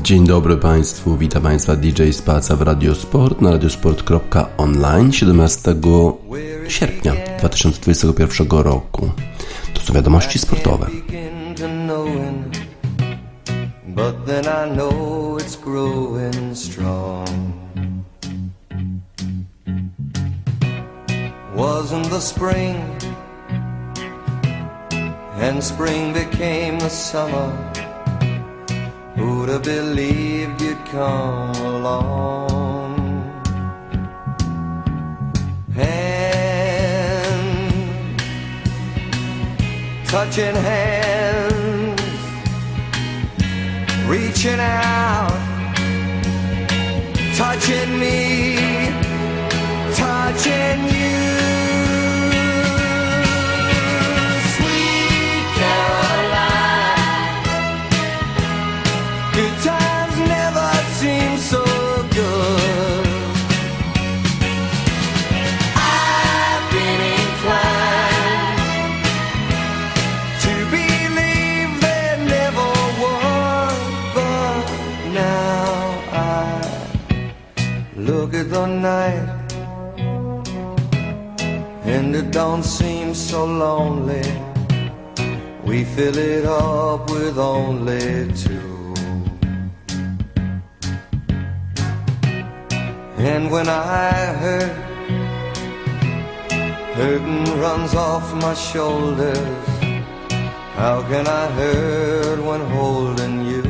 Dzień dobry Państwu, witam Państwa DJ Spaca w Radiosport na radiosport.online 17 sierpnia 2021 roku. To są wiadomości sportowe. But then I know it's growing strong. Wasn't the spring, and spring became the summer. Who'd have believed you'd come along? Hand, touching hands, reaching out, touching me, touching you. The night, and it don't seem so lonely. We fill it up with only two. And when I hurting runs off my shoulders. How can I hurt when holding you?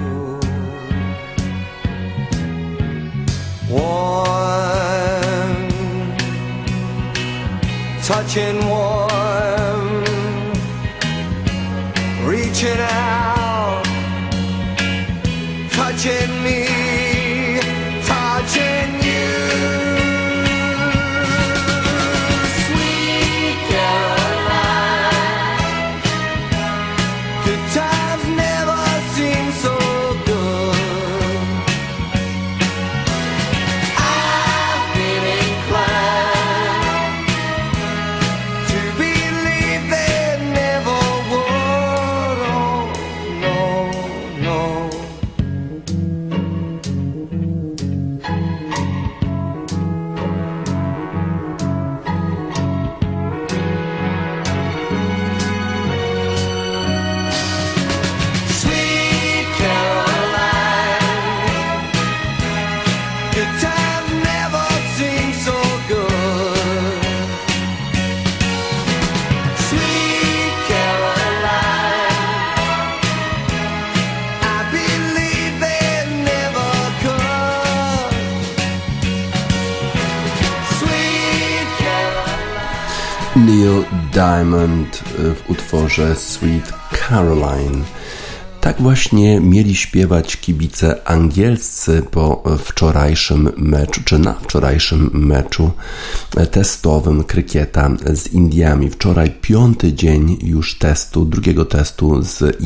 Warm, touching warm, reaching out, touching me, touching you. Sweet Caroline, good times never seem so good. Neil Diamond w utworze Sweet Caroline. Tak właśnie mieli śpiewać kibice angielscy po wczorajszym meczu, czy na wczorajszym meczu testowym krykieta z Indiami. Wczoraj 5. dzień już testu, drugiego testu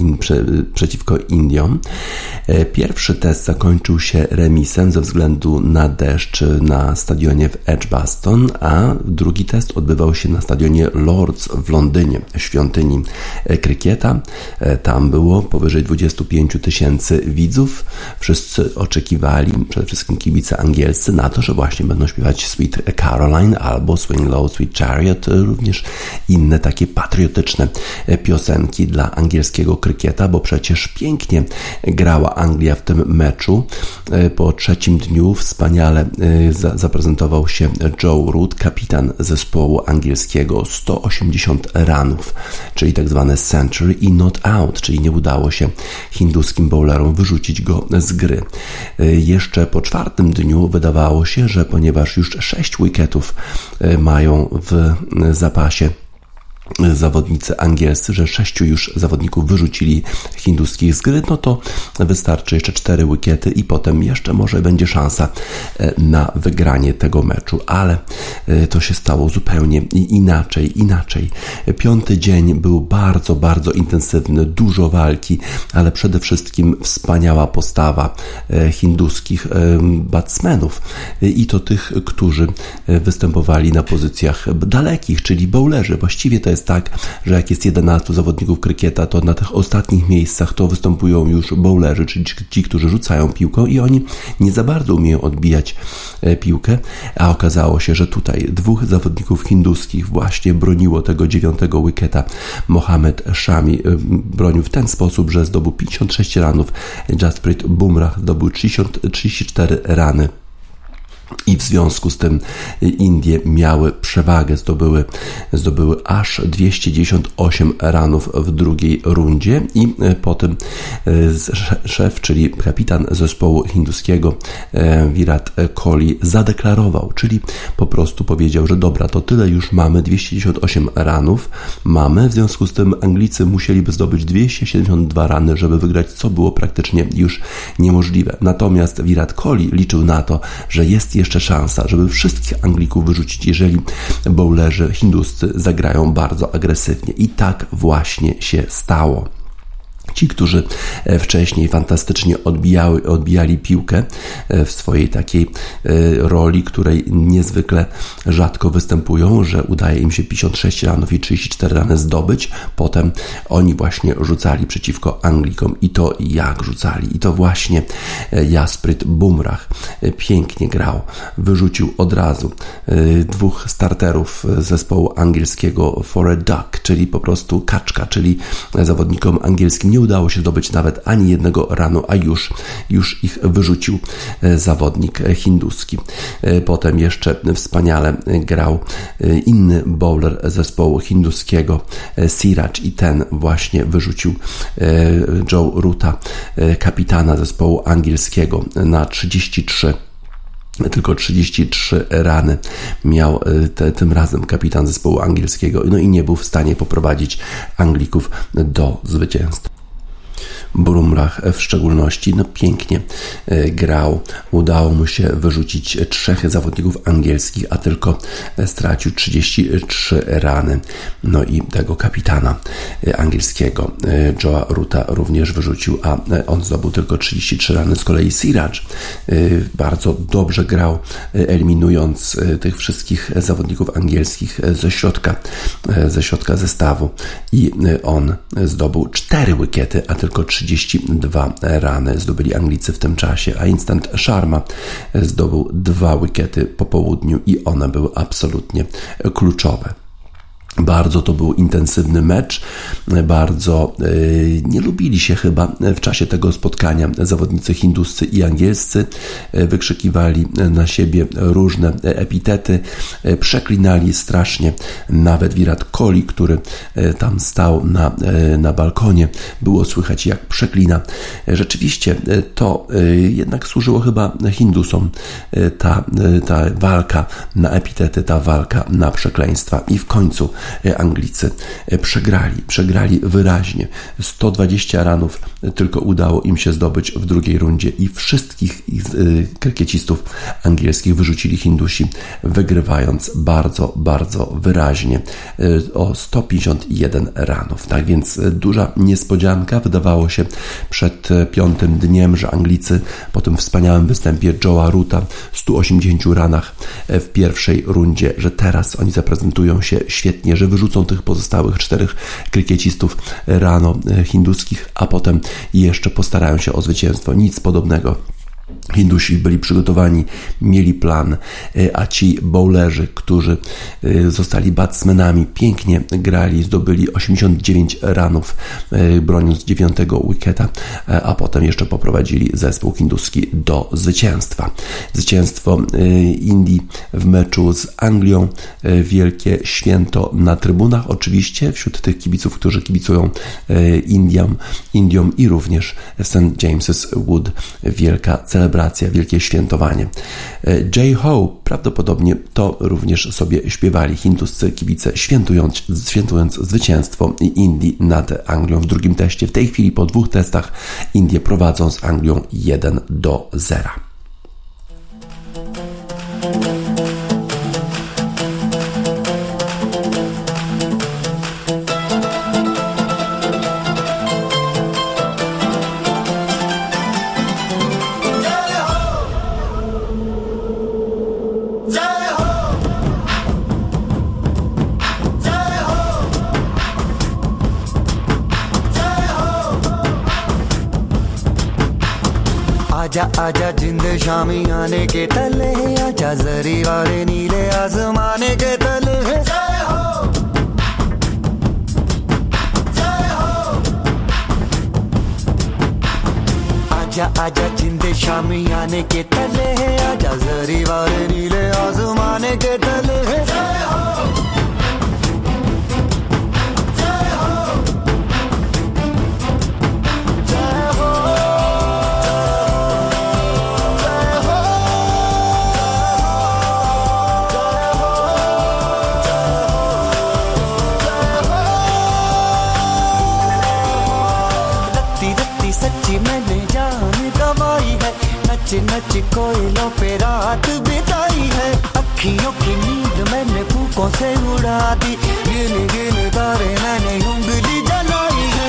przeciwko Indiom. Pierwszy test zakończył się remisem ze względu na deszcz na stadionie w Edgbaston, a drugi test odbywał się na stadionie Lord's w Londynie, świątyni krykieta. Tam było powyżej 25 000 widzów. Wszyscy oczekiwali, przede wszystkim kibice angielscy, na to, że właśnie będą śpiewać Sweet Caroline albo Swing Low, Sweet Chariot, również inne takie patriotyczne piosenki dla angielskiego krykieta, bo przecież pięknie grała Anglia w tym meczu. Po trzecim dniu wspaniale zaprezentował się Joe Root, kapitan zespołu angielskiego. 180 ranów, czyli tak zwane century i not out, czyli nie udało się hinduskim bowlerom wyrzucić go z gry. Jeszcze po czwartym dniu wydawało się, że ponieważ już 6 wicketów mają w zapasie zawodnicy angielscy, że 6 już zawodników wyrzucili hinduskich z gry, no to wystarczy jeszcze 4 wickety i potem jeszcze może będzie szansa na wygranie tego meczu, ale to się stało zupełnie inaczej. 5. dzień był bardzo, bardzo intensywny, dużo walki, ale przede wszystkim wspaniała postawa hinduskich batsmenów i to tych, którzy występowali na pozycjach dalekich, czyli bowlerzy. Właściwie to jest jest tak, że jak jest 11 zawodników krykieta, to na tych ostatnich miejscach to występują już bowlerzy, czyli ci, którzy rzucają piłką i oni nie za bardzo umieją odbijać piłkę, a okazało się, że tutaj 2 zawodników hinduskich właśnie broniło tego 9 wicketa. Mohamed Shami bronił w ten sposób, że zdobył 56 ranów, Jasprit Bumrah zdobył 34 rany. I w związku z tym Indie miały przewagę, zdobyły aż 298 ranów w drugiej rundzie i potem szef, czyli kapitan zespołu hinduskiego Virat Kohli zadeklarował, czyli po prostu powiedział, że dobra, to tyle już mamy, 298 ranów mamy, w związku z tym Anglicy musieliby zdobyć 272 rany, żeby wygrać, co było praktycznie już niemożliwe. Natomiast Virat Kohli liczył na to, że jest jeszcze szansa, żeby wszystkich Anglików wyrzucić, jeżeli bowlerzy hinduscy zagrają bardzo agresywnie. I tak właśnie się stało. Ci, którzy wcześniej fantastycznie odbijali piłkę w swojej takiej roli, której niezwykle rzadko występują, że udaje im się 56 ranów i 34 rany zdobyć, potem oni właśnie rzucali przeciwko Anglikom i to jak rzucali. I to właśnie Jasprit Bumrah pięknie grał. Wyrzucił od razu 2 starterów zespołu angielskiego for a duck, czyli po prostu kaczka, czyli zawodnikom angielskim nie udało się zdobyć nawet ani jednego ranu, a już ich wyrzucił zawodnik hinduski. Potem jeszcze wspaniale grał inny bowler zespołu hinduskiego, Siraj, i ten właśnie wyrzucił Joe Roota, kapitana zespołu angielskiego, na 33. Tylko 33 rany miał tym razem kapitan zespołu angielskiego, no i nie był w stanie poprowadzić Anglików do zwycięstwa. Bumrah w szczególności pięknie grał. Udało mu się wyrzucić 3 zawodników angielskich, a tylko stracił 33 rany. No i tego kapitana angielskiego, Joe'a Roota, również wyrzucił, a on zdobył tylko 33 rany. Z kolei Siraj bardzo dobrze grał, eliminując tych wszystkich zawodników angielskich ze środka zestawu, i on zdobył 4 wickety, a tylko 32 rany zdobyli Anglicy w tym czasie, a Instant Sharma zdobył 2 wickety po południu i one były absolutnie kluczowe. Bardzo to był intensywny mecz, bardzo nie lubili się chyba w czasie tego spotkania zawodnicy hinduscy i angielscy, wykrzykiwali na siebie różne epitety, przeklinali strasznie, nawet Virat Kohli, który tam stał na balkonie, było słychać jak przeklina. Rzeczywiście to jednak służyło chyba Hindusom, ta walka na epitety, ta walka na przekleństwa, i w końcu Anglicy przegrali wyraźnie. 120 ranów tylko udało im się zdobyć w drugiej rundzie i wszystkich krykiecistów angielskich wyrzucili Hindusi, wygrywając bardzo, bardzo wyraźnie o 151 ranów. Tak więc duża niespodzianka. Wydawało się przed 5. dniem, że Anglicy po tym wspaniałym występie Joe'a Roota, 180 ranach w pierwszej rundzie, że teraz oni zaprezentują się świetnie, że wyrzucą tych pozostałych 4 krykiecistów rano hinduskich, a potem jeszcze postarają się o zwycięstwo. Nic podobnego. Hindusi byli przygotowani, mieli plan, a ci bowlerzy, którzy zostali batsmenami, pięknie grali, zdobyli 89 ranów, broniąc 9 wicketa, a potem jeszcze poprowadzili zespół hinduski do zwycięstwa. Zwycięstwo Indii w meczu z Anglią, wielkie święto na trybunach, oczywiście wśród tych kibiców, którzy kibicują Indiom, i również w St. James's Wood wielka celebracja, wielkie świętowanie. Jai Ho prawdopodobnie to również sobie śpiewali hinduscy kibice, świętując zwycięstwo Indii nad Anglią w drugim teście. W tej chwili po 2 testach Indie prowadzą z Anglią 1-0. आजा आजा जिंद शामी आने के तले आजा जरी वाले नीले आसमाने के तले जय हो जय हो आजा आजा जिंद शामी आने के तले आजा जरी वाले नीले आसमाने के तले जय हो नच कोयलों पे रात बिताई है अखियों की नींद मैंने फूकों से उड़ा दी गिन गिन तारे मैंने उंगली जलाई है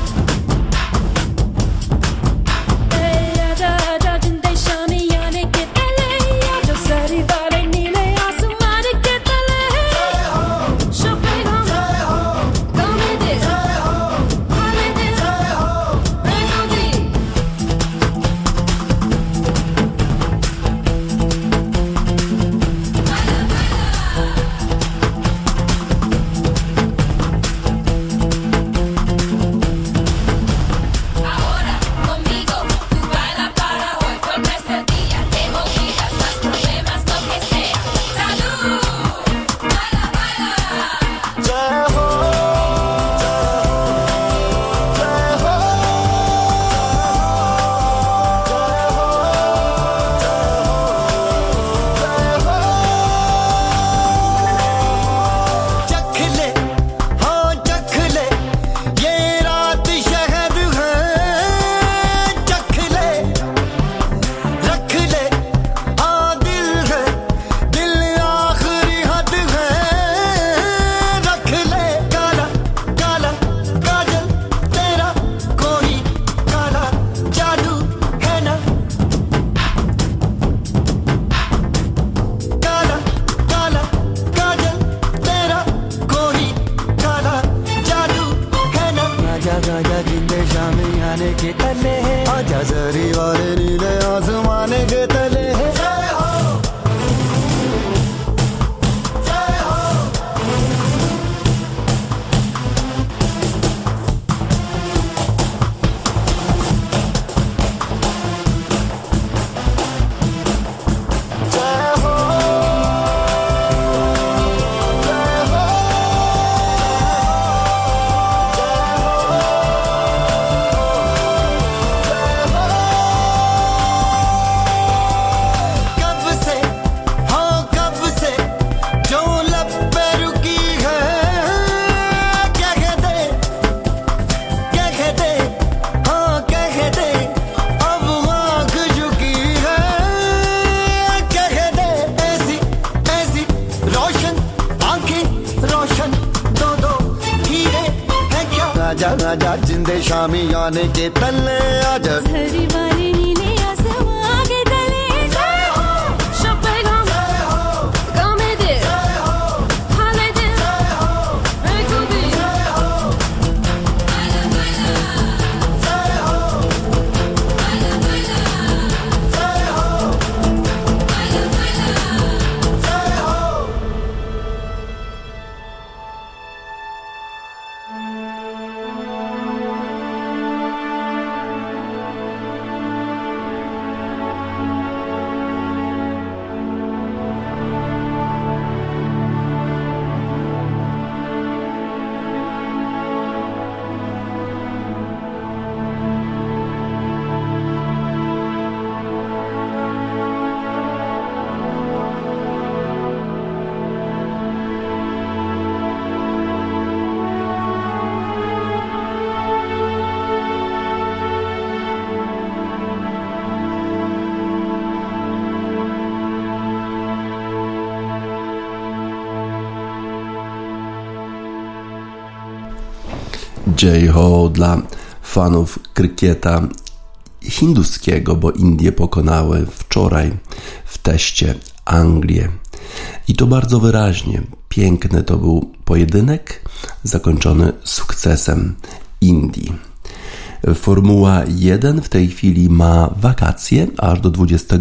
आजा जिंदे शामी आने के तले आजा हरी वाली नीले आसमां के तले जय हो शपेगम जय हो गामे दे जय हो हाले दे जय हो मैं तू भी जय हो बाला बाला जय हो बाला बाला जय हो बाला बाला जय हो Jai-ho dla fanów krykieta hinduskiego, bo Indie pokonały wczoraj w teście Anglię. I to bardzo wyraźnie. Piękny to był pojedynek, zakończony sukcesem Indii. Formuła 1 w tej chwili ma wakacje aż do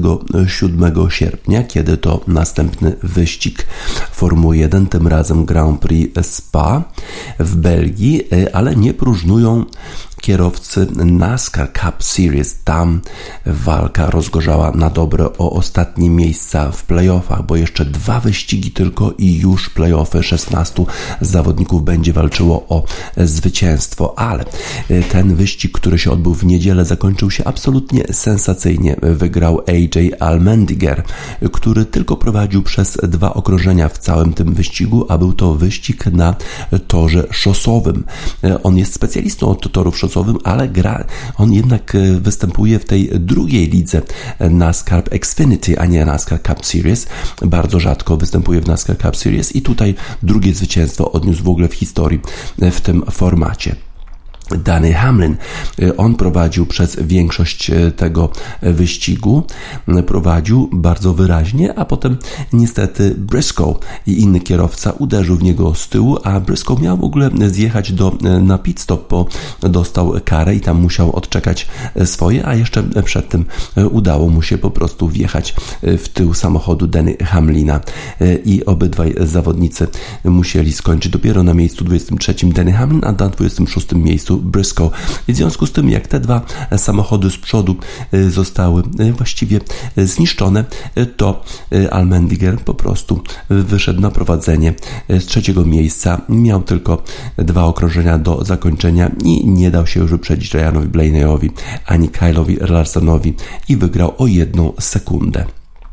27 sierpnia, kiedy to następny wyścig Formuły 1, tym razem Grand Prix Spa w Belgii, ale nie próżnują kierowcy NASCAR Cup Series. Tam walka rozgorzała na dobre o ostatnie miejsca w playoffach, bo jeszcze 2 wyścigi tylko i już playoffy. 16 zawodników będzie walczyło o zwycięstwo, ale ten wyścig, który się odbył w niedzielę, zakończył się absolutnie sensacyjnie. Wygrał AJ Allmendinger, który tylko prowadził przez 2 okrążenia w całym tym wyścigu, a był to wyścig na torze szosowym. On jest specjalistą od torów szosowych, ale on jednak występuje w tej drugiej lidze NASCAR Xfinity, a nie NASCAR Cup Series. Bardzo rzadko występuje w NASCAR Cup Series i tutaj drugie zwycięstwo odniósł w ogóle w historii w tym formacie. Denny Hamlin, on prowadził przez większość tego wyścigu, prowadził bardzo wyraźnie, a potem niestety Briscoe i inny kierowca uderzył w niego z tyłu, a Briscoe miał w ogóle zjechać na pit stop, bo dostał karę i tam musiał odczekać swoje, a jeszcze przed tym udało mu się po prostu wjechać w tył samochodu Denny Hamlina i obydwaj zawodnicy musieli skończyć dopiero na miejscu 23 Denny Hamlin, a na 26 miejscu Briscoe. I w związku z tym, jak te 2 samochody z przodu zostały właściwie zniszczone, to Allmendinger po prostu wyszedł na prowadzenie z 3 miejsca. Miał tylko 2 okrążenia do zakończenia i nie dał się już wyprzedzić Ryanowi Blaney'owi ani Kyle'owi Larsonowi i wygrał o 1 sekundę.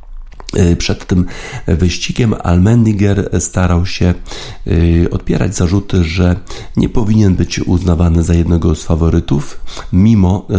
Przed tym wyścigiem Allmendinger starał się odpierać zarzuty, że nie powinien być uznawany za jednego z faworytów, mimo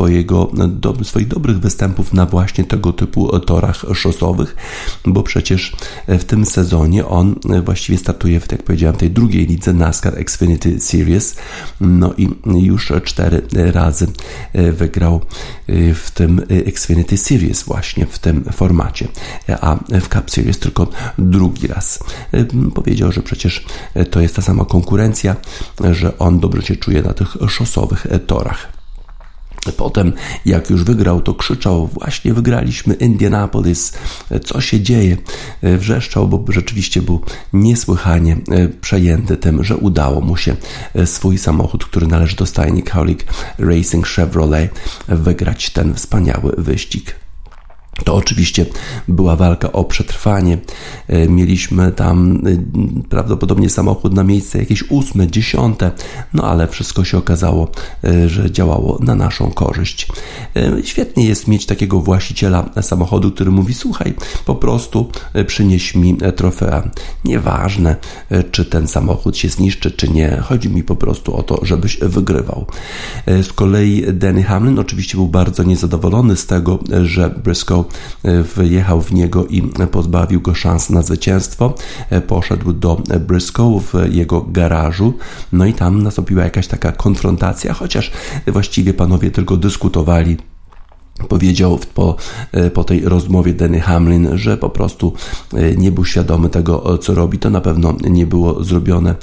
swoich dobrych występów na właśnie tego typu torach szosowych, bo przecież w tym sezonie on właściwie startuje w, jak powiedziałem, tej drugiej lidze NASCAR Xfinity Series, no i już 4 razy wygrał w tym Xfinity Series właśnie w tym formacie, a w Cup Series tylko drugi raz. Powiedział, że przecież to jest ta sama konkurencja, że on dobrze się czuje na tych szosowych torach. Potem, jak już wygrał, to krzyczał: właśnie wygraliśmy Indianapolis, co się dzieje? Wrzeszczał, bo rzeczywiście był niesłychanie przejęty tym, że udało mu się swój samochód, który należy do stajni Kaulig Racing Chevrolet, wygrać ten wspaniały wyścig. To oczywiście była walka o przetrwanie. Mieliśmy tam prawdopodobnie samochód na miejsce jakieś 8., 10., no ale wszystko się okazało, że działało na naszą korzyść. Świetnie jest mieć takiego właściciela samochodu, który mówi: słuchaj, po prostu przynieś mi trofea. Nieważne, czy ten samochód się zniszczy, czy nie. Chodzi mi po prostu o to, żebyś wygrywał. Z kolei Denny Hamlin oczywiście był bardzo niezadowolony z tego, że Briscoe wjechał w niego i pozbawił go szans na zwycięstwo. Poszedł do Briscoe w jego garażu, no i tam nastąpiła jakaś taka konfrontacja, chociaż właściwie panowie tylko dyskutowali. Powiedział po tej rozmowie Denny Hamlin, że po prostu nie był świadomy tego, co robi. To na pewno nie było zrobione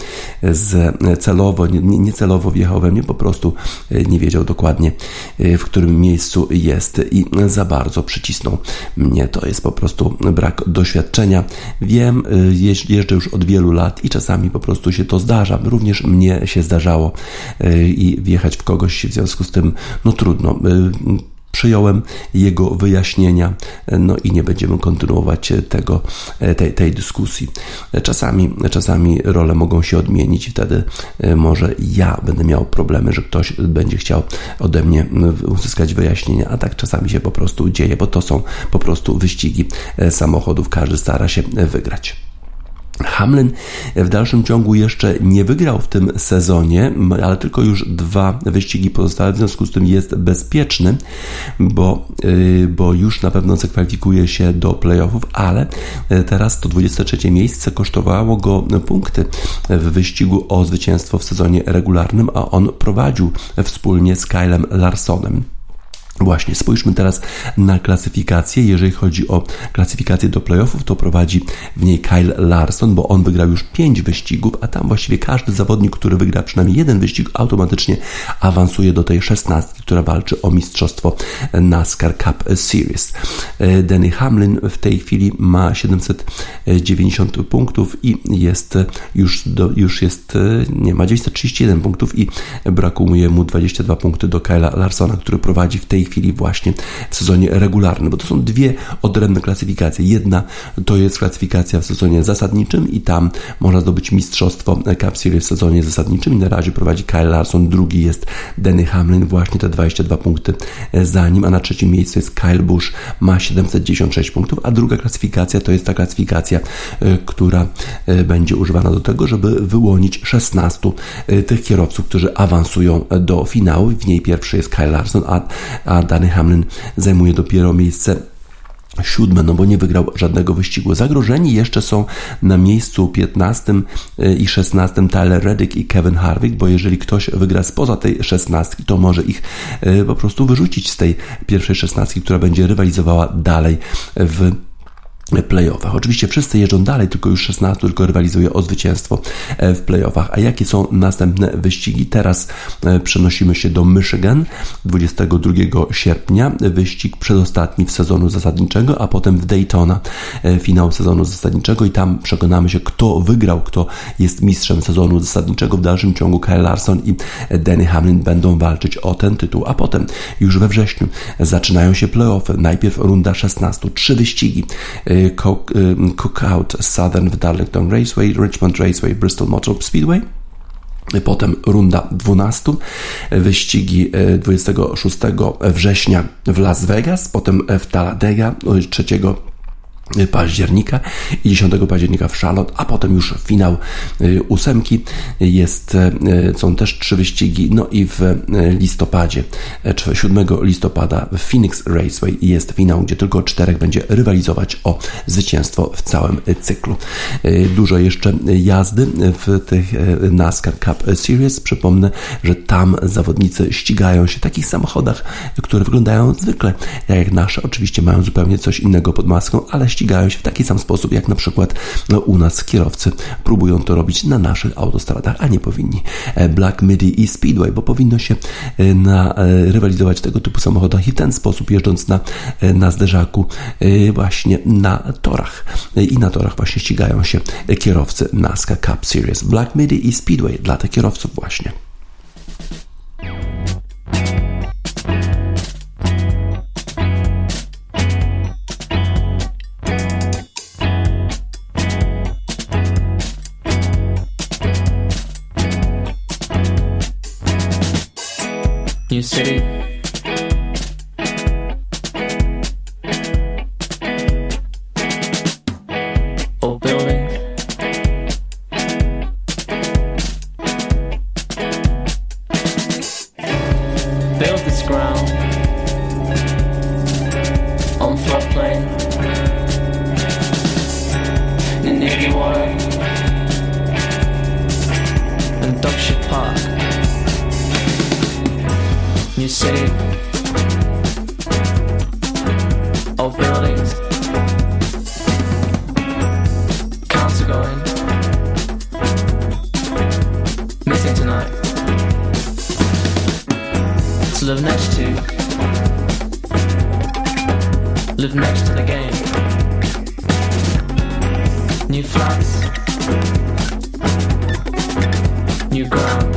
celowo, niecelowo wjechał we mnie, po prostu nie wiedział dokładnie, w którym miejscu jest i za bardzo przycisnął mnie. To jest po prostu brak doświadczenia. Wiem, jeżdżę już od wielu lat i czasami po prostu się to zdarza. Również mnie się zdarzało i wjechać w kogoś, w związku z tym no trudno. Przyjąłem jego wyjaśnienia, no i nie będziemy kontynuować tej dyskusji. Czasami role mogą się odmienić i wtedy może ja będę miał problemy, że ktoś będzie chciał ode mnie uzyskać wyjaśnienia, a tak czasami się po prostu dzieje, bo to są po prostu wyścigi samochodów, każdy stara się wygrać. Hamlin w dalszym ciągu jeszcze nie wygrał w tym sezonie, ale tylko już 2 wyścigi pozostałe, w związku z tym jest bezpieczny, bo już na pewno zakwalifikuje się do playoffów, ale teraz to 23 miejsce kosztowało go punkty w wyścigu o zwycięstwo w sezonie regularnym, a on prowadził wspólnie z Kylem Larsonem. Właśnie, spójrzmy teraz na klasyfikację. Jeżeli chodzi o klasyfikację do playoffów, to prowadzi w niej Kyle Larson, bo on wygrał już 5 wyścigów, a tam właściwie każdy zawodnik, który wygra przynajmniej jeden wyścig, automatycznie awansuje do tej 16, która walczy o mistrzostwo NASCAR Cup Series. Denny Hamlin w tej chwili ma 790 punktów i ma 931 punktów i brakuje mu 22 punkty do Kyla Larsona, który prowadzi w tej chwili właśnie w sezonie regularnym, bo to są dwie odrębne klasyfikacje. Jedna to jest klasyfikacja w sezonie zasadniczym i tam można zdobyć mistrzostwo Cup Series w sezonie zasadniczym i na razie prowadzi Kyle Larson, drugi jest Denny Hamlin, właśnie te 22 punkty za nim, a na trzecim miejscu jest Kyle Busch, ma 796 punktów, a druga klasyfikacja to jest ta klasyfikacja, która będzie używana do tego, żeby wyłonić 16 tych kierowców, którzy awansują do finału. W niej pierwszy jest Kyle Larson, a Denny Hamlin zajmuje dopiero miejsce 7, no bo nie wygrał żadnego wyścigu. Zagrożeni jeszcze są na miejscu 15 i 16 Tyler Reddick i Kevin Harvick, bo jeżeli ktoś wygra spoza tej 16, to może ich po prostu wyrzucić z tej pierwszej 16, która będzie rywalizowała dalej w playoffach. Oczywiście wszyscy jeżdżą dalej, tylko już 16 tylko rywalizuje o zwycięstwo w playoffach. A jakie są następne wyścigi? Teraz przenosimy się do Michigan 22 sierpnia. Wyścig przedostatni w sezonu zasadniczego, a potem w Daytona finał sezonu zasadniczego i tam przekonamy się, kto wygrał, kto jest mistrzem sezonu zasadniczego. W dalszym ciągu Kyle Larson i Denny Hamlin będą walczyć o ten tytuł, a potem już we wrześniu zaczynają się playoffy. Najpierw runda 16, 3 wyścigi. Cookout Southern w Darlington Raceway, Richmond Raceway, Bristol Motor Speedway. Potem runda 12, wyścigi 26 września w Las Vegas, potem w Talladega 3 października i 10 października w Charlotte, a potem już finał 8. Są też 3 wyścigi, no i w listopadzie, 7 listopada w Phoenix Raceway jest finał, gdzie tylko 4 będzie rywalizować o zwycięstwo w całym cyklu. Dużo jeszcze jazdy w tych NASCAR Cup Series. Przypomnę, że tam zawodnicy ścigają się w takich samochodach, które wyglądają zwykle jak nasze. Oczywiście mają zupełnie coś innego pod maską, ale ścigają się w taki sam sposób, jak na przykład u nas kierowcy próbują to robić na naszych autostradach, a nie powinni. Black Midi i Speedway, bo powinno się rywalizować w tego typu samochodach i w ten sposób jeżdżąc na zderzaku właśnie na torach. I na torach właśnie ścigają się kierowcy NASCAR Cup Series. Black Midi i Speedway dla tych kierowców właśnie. New city, old buildings, build this ground on floodplain in Navy water and Dogshit Park. New city, old buildings, council going, missing tonight, to live next to the game, new flats, new ground.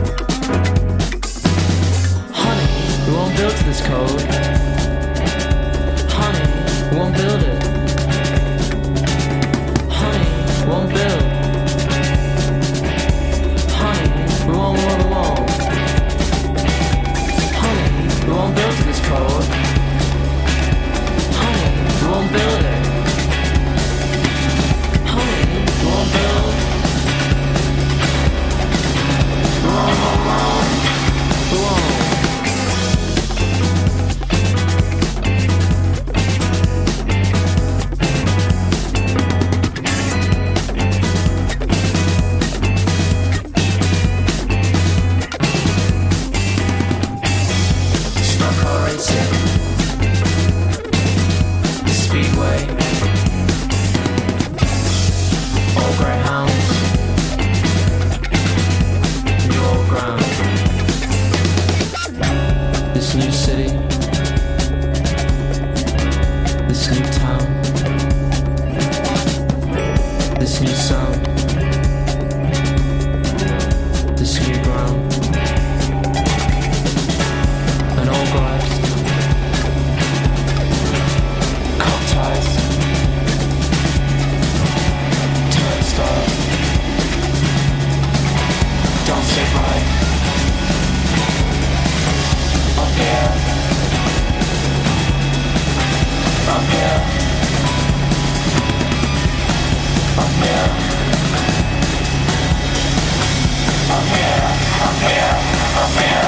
We won't build to this code. Honey, we won't build it. Honey, we won't build. Honey, we won't. Honey, we won't build to this code. Honey, we won't build it. Honey, we won't build. artistically grown. An old glass, cock ties, turnstile, don't sit right. Up here, up here, up here, up here, up here, up here.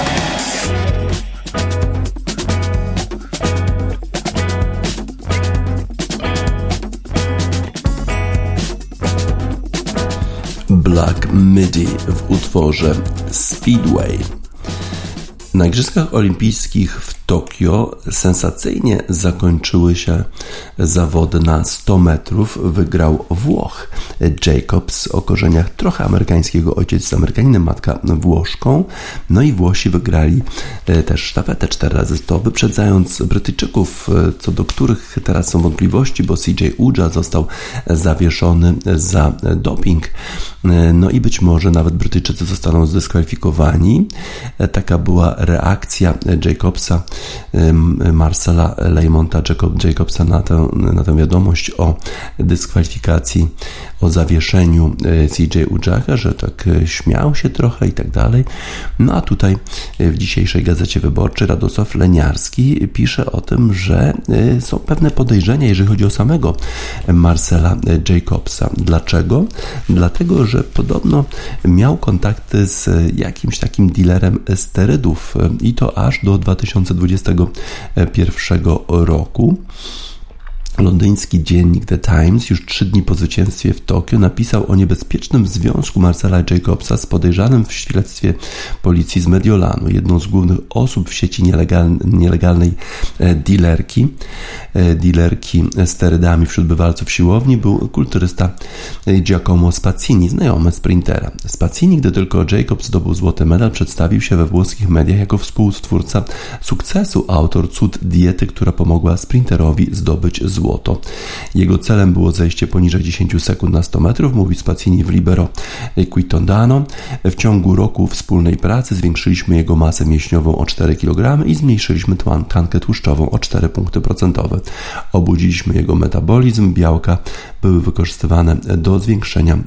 Black Midi w utworze Speedway. Na Igrzyskach Olimpijskich w Tokio sensacyjnie zakończyły się zawody na 100 metrów. Wygrał Włoch Jacobs o korzeniach trochę amerykańskiego, ojciec jest Amerykaninem, matka Włoszką. No i Włosi wygrali też sztafetę 4x100, wyprzedzając Brytyjczyków, co do których teraz są wątpliwości, bo CJ Uja został zawieszony za doping. No i być może nawet Brytyjczycy zostaną zdyskwalifikowani. Taka była reakcja Jacobsa, Marcela Leymonta Jacobsa na tę wiadomość o dyskwalifikacji, o zawieszeniu CJ Ujaha, że tak śmiał się trochę i tak dalej. No a tutaj w dzisiejszej Gazecie Wyborczej Radosław Leniarski pisze o tym, że są pewne podejrzenia, jeżeli chodzi o samego Marcela Jacobsa. Dlaczego? Dlatego, że podobno miał kontakty z jakimś takim dealerem sterydów i to aż do 2021 roku. Londyński dziennik The Times już 3 dni po zwycięstwie w Tokio napisał o niebezpiecznym związku Marcela Jacobsa z podejrzanym w śledztwie policji z Mediolanu. Jedną z głównych osób w sieci nielegalnej dealerki sterydami wśród bywalców siłowni był kulturysta Giacomo Spazzini, znajomy sprintera. Spazzini, gdy tylko Jacobs zdobył złoty medal, przedstawił się we włoskich mediach jako współtwórca sukcesu, autor cud diety, która pomogła sprinterowi zdobyć złoto. Jego celem było zejście poniżej 10 sekund na 100 metrów, mówi Spazzini w Libero Quotidiano. W ciągu roku wspólnej pracy zwiększyliśmy jego masę mięśniową o 4 kg i zmniejszyliśmy tkankę tłuszczową o 4 punkty procentowe. Obudziliśmy jego metabolizm, białka były wykorzystywane do zwiększenia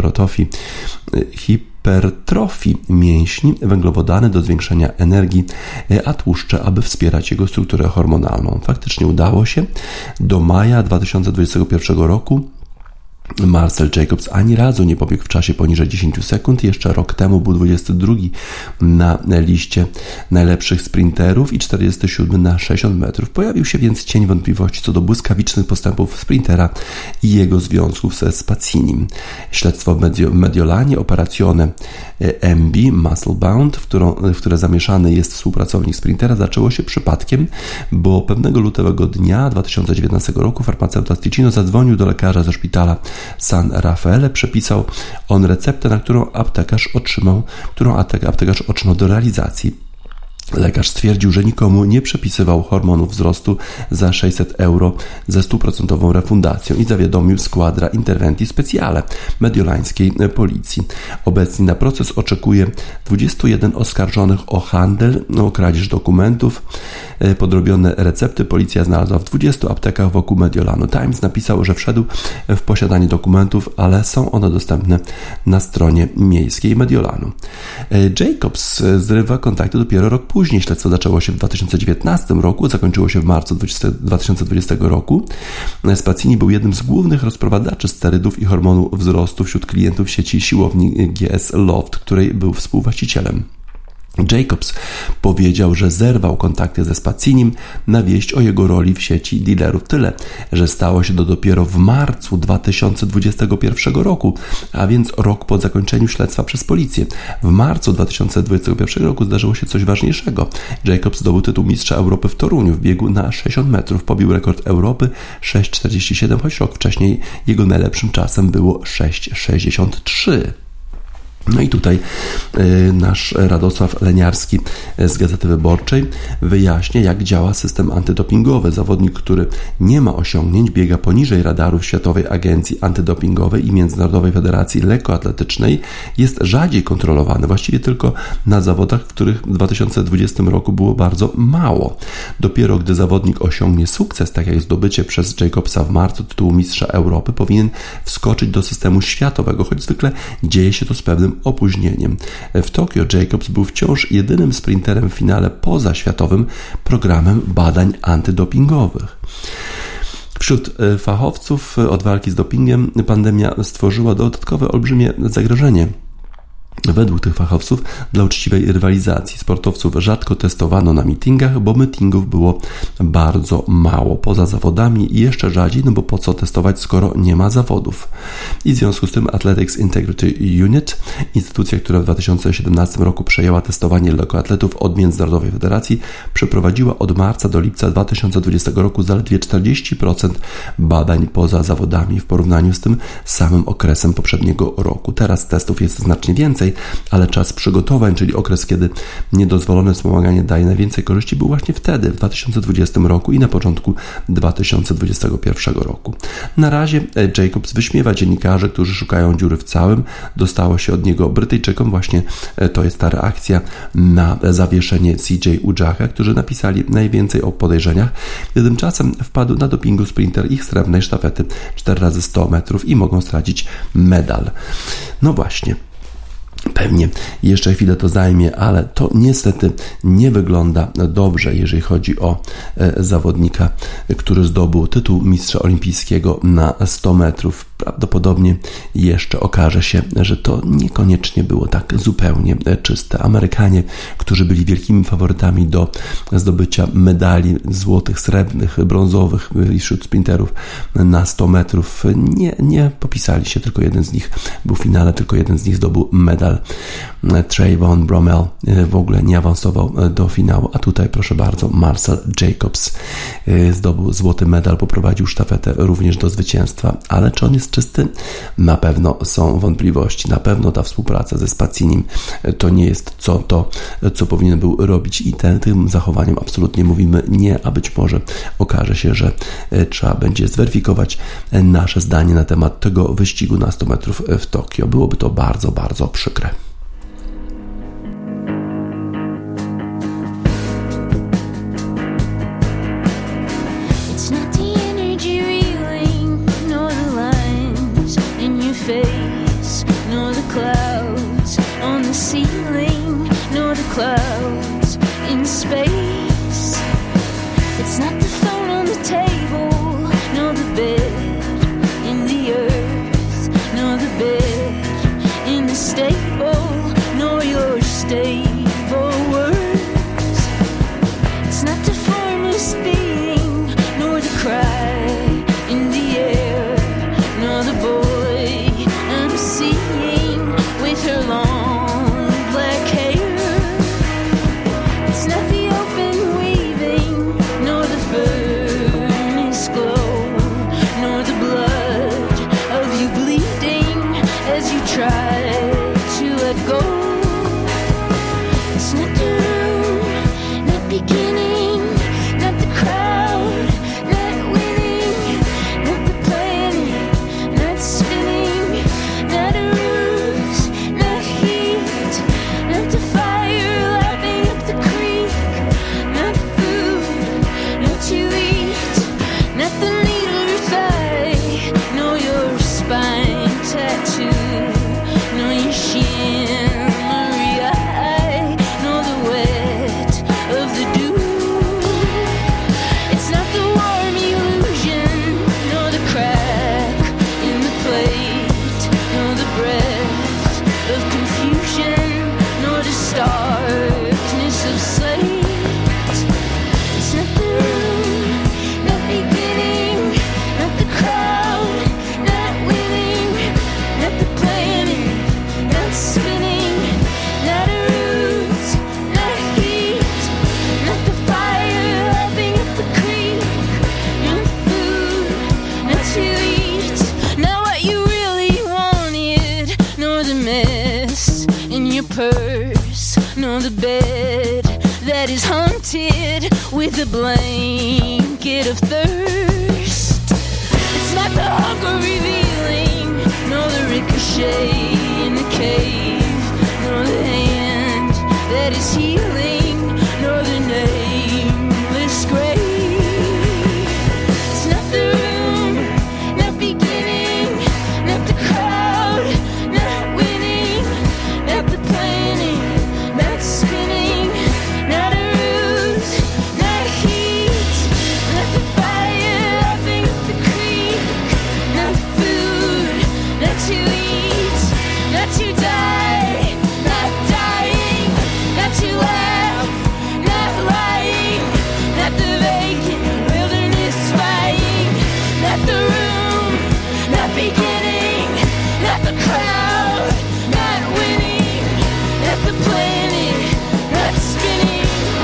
hipertrofii mięśni, węglowodany do zwiększenia energii, a tłuszcze, aby wspierać jego strukturę hormonalną. Faktycznie udało się. Do maja 2021 roku Marcel Jacobs ani razu nie pobiegł w czasie poniżej 10 sekund. Jeszcze rok temu był 22 na liście najlepszych sprinterów i 47 na 60 metrów. Pojawił się więc cień wątpliwości co do błyskawicznych postępów sprintera i jego związków ze Spazzinim. Śledztwo w Mediolanie, Operazione MB Musclebound, w które zamieszany jest współpracownik sprintera, zaczęło się przypadkiem, bo pewnego lutego dnia 2019 roku farmaceuta Ticino zadzwonił do lekarza ze szpitala San Raffaele, przepisał on receptę, którą aptekarz otrzymał do realizacji. Lekarz stwierdził, że nikomu nie przepisywał hormonów wzrostu za 600 € ze 100% refundacją i zawiadomił Squadra Interventi Speciale mediolańskiej policji. Obecnie na proces oczekuje 21 oskarżonych o handel, o kradzież dokumentów. Podrobione recepty policja znalazła w 20 aptekach wokół Mediolanu. Times napisał, że wszedł w posiadanie dokumentów, ale są one dostępne na stronie miejskiej Mediolanu. Jacobs zrywa kontakty dopiero rok później. Śledztwo zaczęło się w 2019 roku, zakończyło się w marcu 2020 roku. Spazzini był jednym z głównych rozprowadzaczy sterydów i hormonu wzrostu wśród klientów sieci siłowni GS Loft, której był współwłaścicielem. Jacobs powiedział, że zerwał kontakty ze Spazzinim na wieść o jego roli w sieci dealerów. Tyle, że stało się to dopiero w marcu 2021 roku, a więc rok po zakończeniu śledztwa przez policję. W marcu 2021 roku zdarzyło się coś ważniejszego. Jacobs zdobył tytuł mistrza Europy w Toruniu w biegu na 60 metrów. Pobił rekord Europy 6,47, choć rok wcześniej jego najlepszym czasem było 6,63. No i tutaj nasz Radosław Leniarski z Gazety Wyborczej wyjaśnia, jak działa system antydopingowy. Zawodnik, który nie ma osiągnięć, biega poniżej radarów Światowej Agencji Antydopingowej i Międzynarodowej Federacji Lekkoatletycznej, jest rzadziej kontrolowany, właściwie tylko na zawodach, w których w 2020 roku było bardzo mało. Dopiero gdy zawodnik osiągnie sukces, tak jak zdobycie przez Jacobsa w marcu tytułu Mistrza Europy, powinien wskoczyć do systemu światowego, choć zwykle dzieje się to z pewnym opóźnieniem. W Tokio Jacobs był wciąż jedynym sprinterem w finale poza światowym programem badań antydopingowych. Wśród fachowców od walki z dopingiem pandemia stworzyła dodatkowe olbrzymie zagrożenie. Według tych fachowców dla uczciwej rywalizacji sportowców rzadko testowano na meetingach, bo meetingów było bardzo mało. Poza zawodami i jeszcze rzadziej, no bo po co testować, skoro nie ma zawodów. I w związku z tym Athletics Integrity Unit, instytucja, która w 2017 roku przejęła testowanie lekkoatletów od Międzynarodowej Federacji, przeprowadziła od marca do lipca 2020 roku zaledwie 40% badań poza zawodami w porównaniu z tym samym okresem poprzedniego roku. Teraz testów jest znacznie więcej, ale czas przygotowań, czyli okres, kiedy niedozwolone wspomaganie daje najwięcej korzyści, był właśnie wtedy, w 2020 roku i na początku 2021 roku. Na razie Jacobs wyśmiewa dziennikarzy, którzy szukają dziury w całym. Dostało się od niego Brytyjczykom, właśnie to jest ta reakcja na zawieszenie CJ Ujaha, którzy napisali najwięcej o podejrzeniach, gdy tymczasem wpadł na dopingu sprinter ich srebrnej sztafety 4x100 metrów i mogą stracić medal. No właśnie. Pewnie jeszcze chwilę to zajmie, ale to niestety nie wygląda dobrze, jeżeli chodzi o zawodnika, który zdobył tytuł mistrza olimpijskiego na 100 metrów. Prawdopodobnie jeszcze okaże się, że to niekoniecznie było tak zupełnie czyste. Amerykanie, którzy byli wielkimi faworytami do zdobycia medali złotych, srebrnych, brązowych wśród sprinterów na 100 metrów, nie popisali się. Tylko jeden z nich był w finale, tylko jeden z nich zdobył medal. Trayvon Bromell w ogóle nie awansował do finału, a tutaj proszę bardzo, Marcel Jacobs zdobył złoty medal, poprowadził sztafetę również do zwycięstwa, ale czy on jest czysty? Na pewno są wątpliwości, na pewno ta współpraca ze Spacinim to nie jest co powinien był robić i tym zachowaniem absolutnie mówimy nie, a być może okaże się, że trzeba będzie zweryfikować nasze zdanie na temat tego wyścigu na 100 metrów w Tokio. Byłoby to bardzo, bardzo przykre. Clouds in space. It's not the phone on the table, nor the bed in the earth, nor the bed in the stable, nor your stable words. It's not the formless being, nor the cry in the air, nor the boy I'm seeing with her long black hair. It's not the open weaving, nor the curse, nor the bed that is haunted with a blanket of thirst. It's not the hunger revealing, nor the ricochet in the cave, nor the hand that is healing, nor the nameless grave. It's not the room, not beginning, not the crowd, not winning, not the planning, not spinning, not a ruse, not heat, not the fire laughing at the creek, not food, not to eat, not to die, not dying, not to laugh, not lying, not the vacant wilderness spying, not the room, not beginning, not the crowd, not winning, not the planet, not spinning.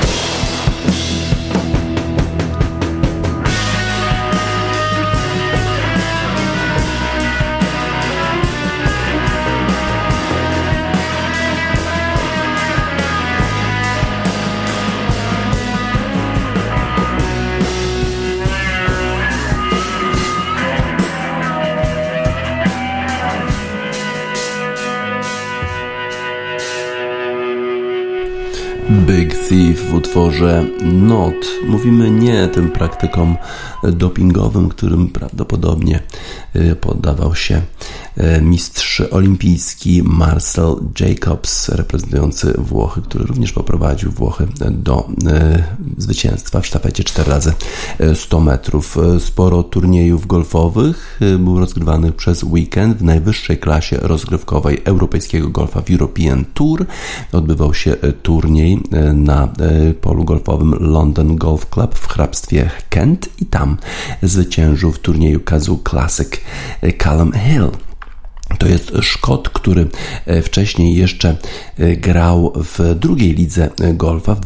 Big Thief w utworze Not. Mówimy nie tym praktykom dopingowym, którym prawdopodobnie poddawał się mistrz olimpijski Marcel Jacobs, reprezentujący Włochy, który również poprowadził Włochy do zwycięstwa w sztafecie 4x100 metrów. Sporo turniejów golfowych było rozgrywanych przez weekend w najwyższej klasie rozgrywkowej europejskiego golfa w European Tour. Odbywał się turniej na polu golfowym London Golf Club w hrabstwie Kent i tam zwyciężył w turnieju Kazoo Classic Callum Hill. To jest Szkot, który wcześniej jeszcze grał w drugiej lidze golfa. W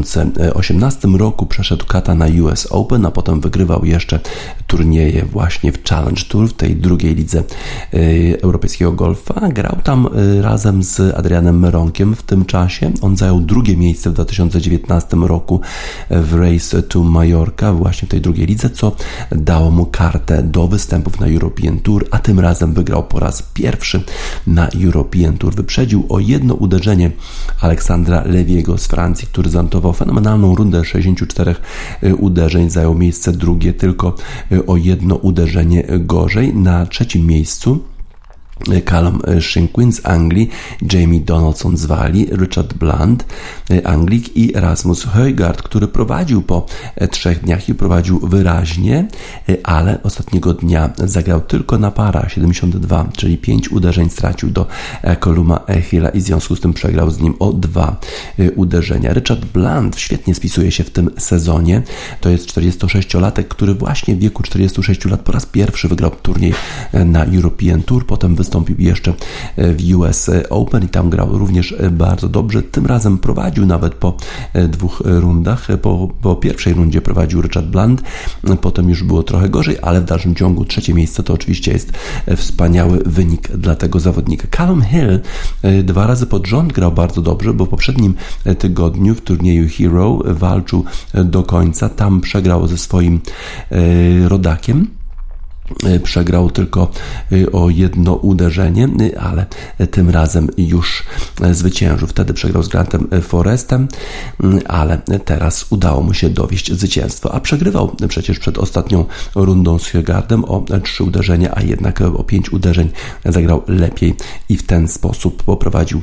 2018 roku przeszedł kata na US Open, a potem wygrywał jeszcze turnieje właśnie w Challenge Tour, w tej drugiej lidze europejskiego golfa. Grał tam razem z Adrianem Meronkiem w tym czasie. On zajął drugie miejsce w 2019 roku w Race to Mallorca, właśnie w tej drugiej lidze, co dało mu kartę do występów na European Tour, a tym razem wygrał po raz pierwszy na European Tour. Wyprzedził o jedno uderzenie Aleksandra Lewiego z Francji, który zanotował fenomenalną rundę 64 uderzeń. Zajął miejsce drugie, tylko o jedno uderzenie gorzej. Na trzecim miejscu Callum Shinkwin z Anglii, Jamie Donaldson z Walii, Richard Bland, Anglik i Rasmus Højgaard, który prowadził po 3 dniach i prowadził wyraźnie, ale ostatniego dnia zagrał tylko na para 72, czyli 5 uderzeń stracił do Calluma Hilla i w związku z tym przegrał z nim o 2 uderzenia. Richard Bland świetnie spisuje się w tym sezonie. To jest 46-latek, który właśnie w wieku 46 lat po raz pierwszy wygrał turniej na European Tour, potem wystąpił jeszcze w US Open i tam grał również bardzo dobrze. Tym razem prowadził nawet po 2 rundach. Po pierwszej rundzie prowadził Richard Bland, potem już było trochę gorzej, ale w dalszym ciągu 3 miejsce to oczywiście jest wspaniały wynik dla tego zawodnika. Callum Hill 2 razy pod rząd grał bardzo dobrze, bo w poprzednim tygodniu w turnieju Hero walczył do końca. Tam przegrał ze swoim rodakiem. Przegrał tylko o jedno uderzenie, ale tym razem już zwyciężył. Wtedy przegrał z Grantem Forrestem, ale teraz udało mu się dowieść zwycięstwo. A przegrywał przecież przed ostatnią rundą z Højgaardem o 3 uderzenia, a jednak o 5 uderzeń zagrał lepiej i w ten sposób poprowadził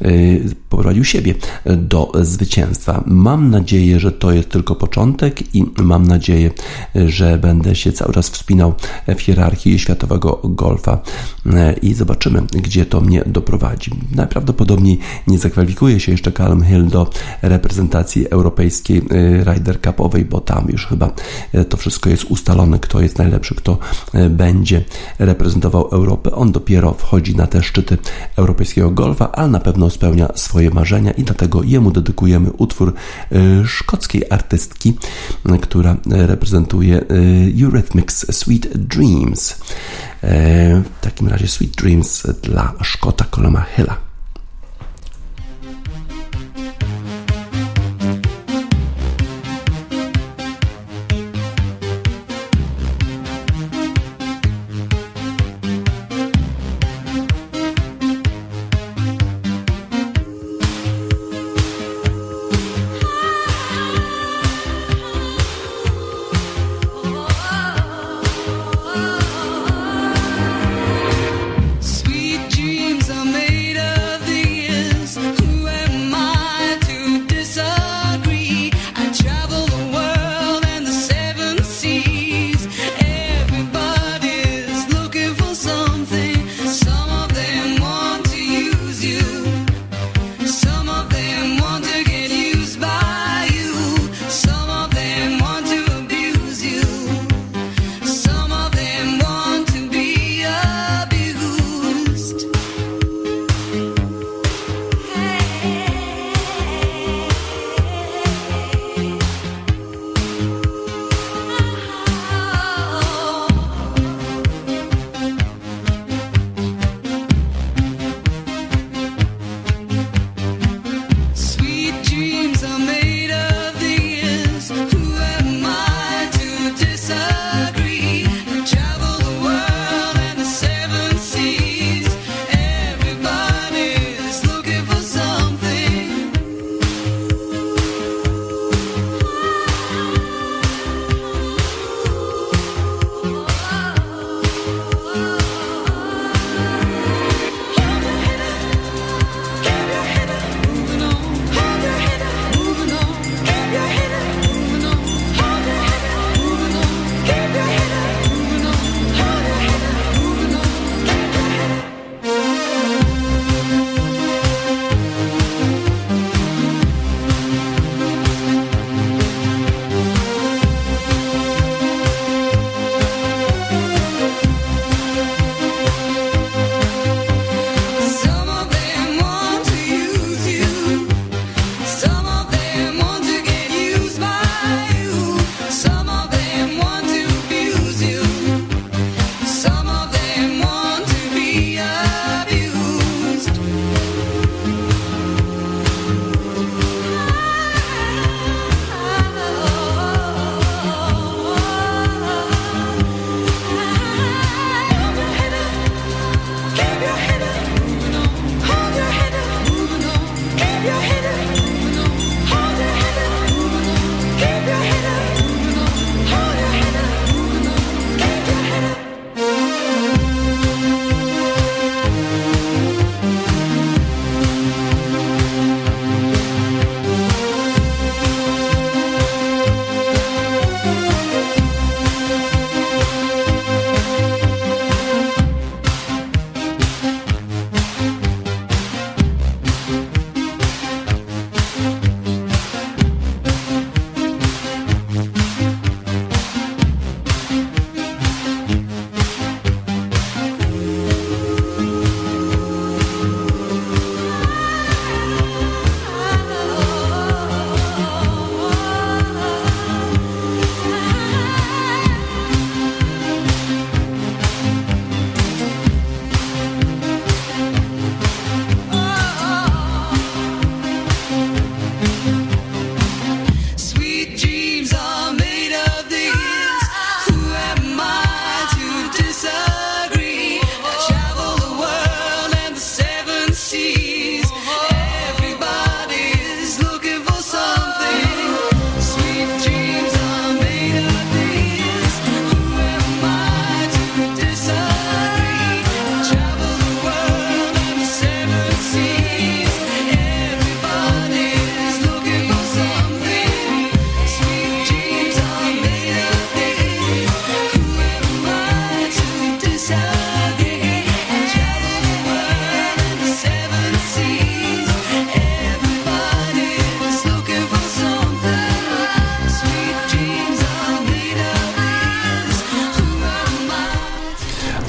siebie do zwycięstwa. Mam nadzieję, że to jest tylko początek i mam nadzieję, że będę się cały czas wspinał w hierarchii światowego golfa i zobaczymy, gdzie to mnie doprowadzi. Najprawdopodobniej nie zakwalifikuje się jeszcze Callum Hill do reprezentacji europejskiej Ryder Cupowej, bo tam już chyba to wszystko jest ustalone, kto jest najlepszy, kto będzie reprezentował Europę. On dopiero wchodzi na te szczyty europejskiego golfa, ale na pewno spełnia swoje marzenia i dlatego jemu dedykujemy utwór szkockiej artystki, która reprezentuje Eurythmics Sweet Dreams. W takim razie Sweet Dreams dla Szkota Calluma Hilla.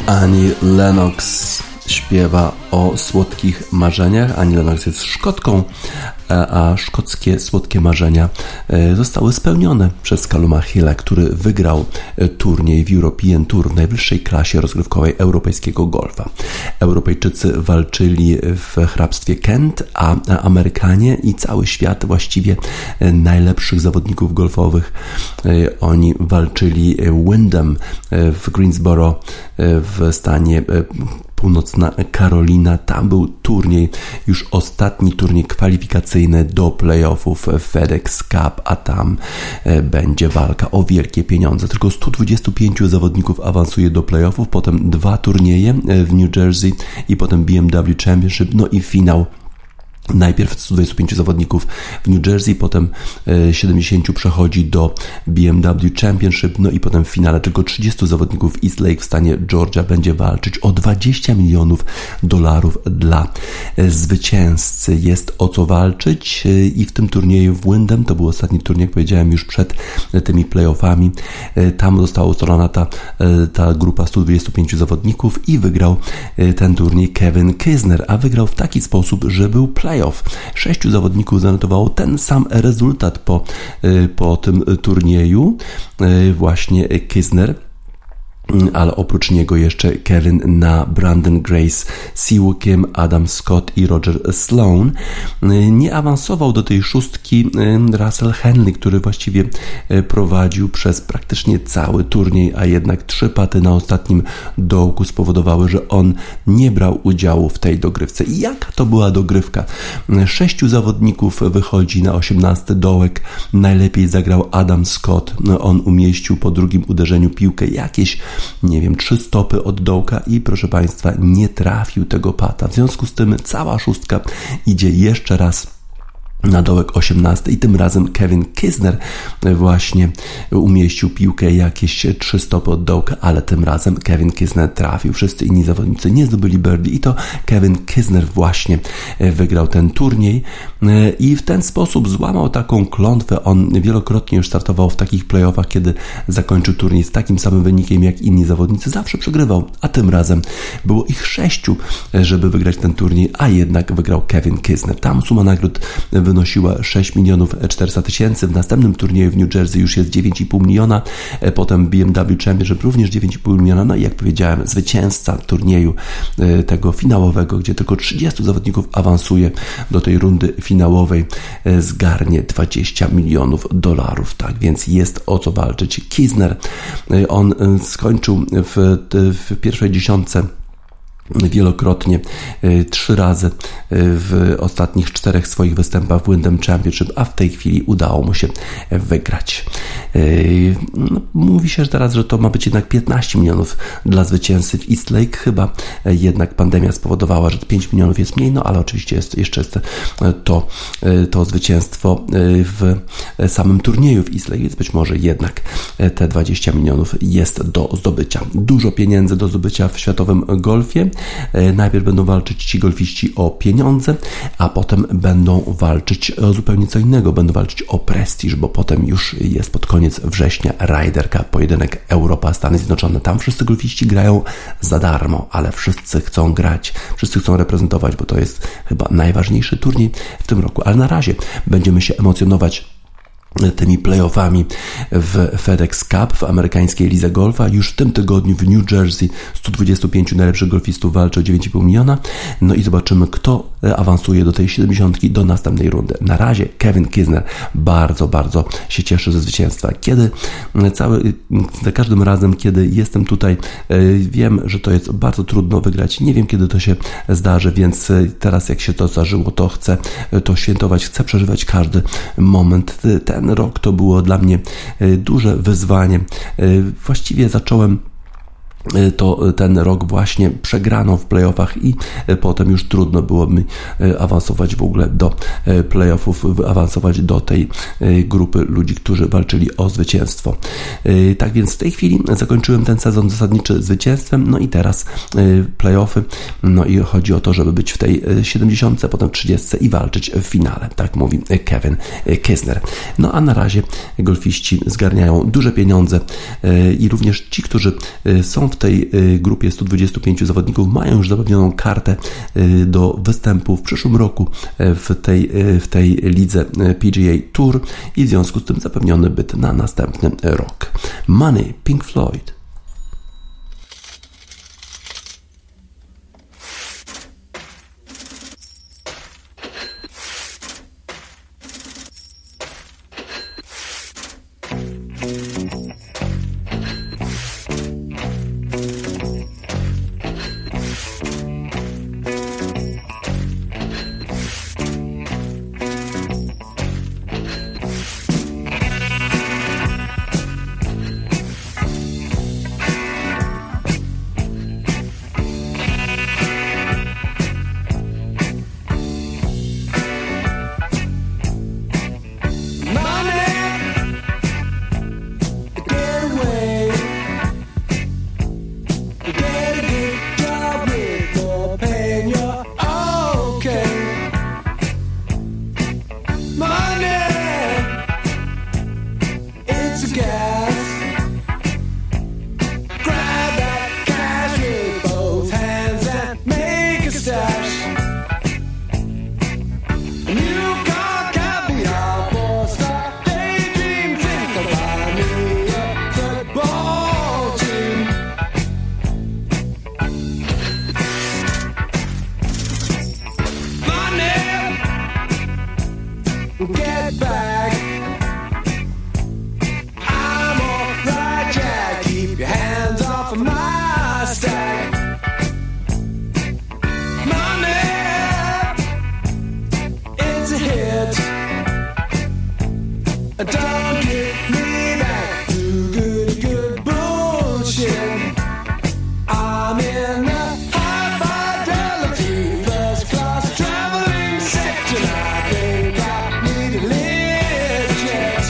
Annie Lennox śpiewa o słodkich marzeniach. Annie Lennox jest Szkotką, a szkockie słodkie marzenia zostały spełnione przez Calluma Hilla, który wygrał turniej w European Tour w najwyższej klasie rozgrywkowej europejskiego golfa. Europejczycy walczyli w hrabstwie Kent, a Amerykanie i cały świat właściwie najlepszych zawodników golfowych. Oni walczyli Wyndham w Greensboro w stanie Północna Karolina. Tam był turniej, już ostatni turniej kwalifikacyjny do playoffów FedEx Cup, a tam będzie walka o wielkie pieniądze. Tylko 125 zawodników awansuje do playoffów, potem 2 turnieje w New Jersey i potem BMW Championship, no i finał. Najpierw 125 zawodników w New Jersey, potem 70 przechodzi do BMW Championship, no i potem w finale tylko 30 zawodników w East Lake w stanie Georgia będzie walczyć o $20 milionów dla zwycięzcy. Jest o co walczyć i w tym turnieju w Wyndham, to był ostatni turniej, jak powiedziałem, już przed tymi playoffami, tam została ustalona ta grupa 125 zawodników i wygrał ten turniej Kevin Kisner, a wygrał w taki sposób, że był playoff. 6 zawodników zanotowało ten sam rezultat po tym turnieju. Właśnie Kisner, ale oprócz niego jeszcze Kevin Na, Brandon Grace, Siwoo Kim, Adam Scott i Roger Sloan. Nie awansował do tej szóstki Russell Henley, który właściwie prowadził przez praktycznie cały turniej, a jednak 3 paty na ostatnim dołku spowodowały, że on nie brał udziału w tej dogrywce. I jaka to była dogrywka? 6 zawodników wychodzi na 18 dołek. Najlepiej zagrał Adam Scott. On umieścił po drugim uderzeniu piłkę jakieś 3 stopy od dołka i proszę Państwa, nie trafił tego pata. W związku z tym cała szóstka idzie jeszcze raz na dołek 18 i tym razem Kevin Kisner właśnie umieścił piłkę jakieś 3 stopy od dołka, ale tym razem Kevin Kisner trafił. Wszyscy inni zawodnicy nie zdobyli birdie i to Kevin Kisner właśnie wygrał ten turniej i w ten sposób złamał taką klątwę. On wielokrotnie już startował w takich playoffach, kiedy zakończył turniej z takim samym wynikiem jak inni zawodnicy. Zawsze przegrywał, a tym razem było ich 6, żeby wygrać ten turniej, a jednak wygrał Kevin Kisner. Tam suma nagród wynosiła 6 400 000. W następnym turnieju w New Jersey już jest 9,5 miliona, potem BMW Championship również 9,5 miliona, no i jak powiedziałem, zwycięzca turnieju tego finałowego, gdzie tylko 30 zawodników awansuje do tej rundy finałowej, zgarnie $20 milionów. Tak więc jest o co walczyć. Kisner, on skończył w pierwszej dziesiątce wielokrotnie, 3 razy w ostatnich 4 swoich występach w Wyndham Championship, a w tej chwili udało mu się wygrać. Mówi się teraz, że to ma być jednak 15 milionów dla zwycięzcy w East Lake. Chyba jednak pandemia spowodowała, że 5 milionów jest mniej, ale oczywiście jeszcze jest to zwycięstwo w samym turnieju w East Lake, więc być może jednak te 20 milionów jest do zdobycia. Dużo pieniędzy do zdobycia w światowym golfie. Najpierw będą walczyć ci golfiści o pieniądze, a potem będą walczyć o zupełnie co innego. Będą walczyć o prestiż, bo potem już jest pod koniec września Ryder Cup, pojedynek Europa, Stany Zjednoczone. Tam wszyscy golfiści grają za darmo, ale wszyscy chcą grać, wszyscy chcą reprezentować, bo to jest chyba najważniejszy turniej w tym roku. Ale na razie będziemy się emocjonować tymi playoffami w FedEx Cup, w amerykańskiej lidze golfa. Już w tym tygodniu w New Jersey 125 najlepszych golfistów walczy o 9,5 miliona. No i zobaczymy, kto awansuje do tej 70 do następnej rundy. Na razie Kevin Kisner bardzo, bardzo się cieszy ze zwycięstwa. Za każdym razem, kiedy jestem tutaj, wiem, że to jest bardzo trudno wygrać. Nie wiem, kiedy to się zdarzy, więc teraz jak się to zdarzyło, to chcę to świętować, chcę przeżywać każdy moment. Ten rok to było dla mnie duże wyzwanie. Właściwie zacząłem ten rok właśnie przegraną w playoffach i potem już trudno było mi awansować w ogóle do playoffów, awansować do tej grupy ludzi, którzy walczyli o zwycięstwo. Tak więc w tej chwili zakończyłem ten sezon zasadniczy zwycięstwem, no i teraz playoffy, no i chodzi o to, żeby być w tej 70, potem 30 i walczyć w finale, tak mówi Kevin Kisner. No a na razie golfiści zgarniają duże pieniądze i również ci, którzy są w tej grupie 125 zawodników mają już zapewnioną kartę do występu w przyszłym roku w tej lidze PGA Tour i w związku z tym zapewniony byt na następny rok. Money, Pink Floyd. Get back. I'm alright, Jack. Keep your hands off of my stack. Money, it's a hit. Don't get me back to good bullshit. I'm in the high fidelity first class traveling section. I think I need a lift jet.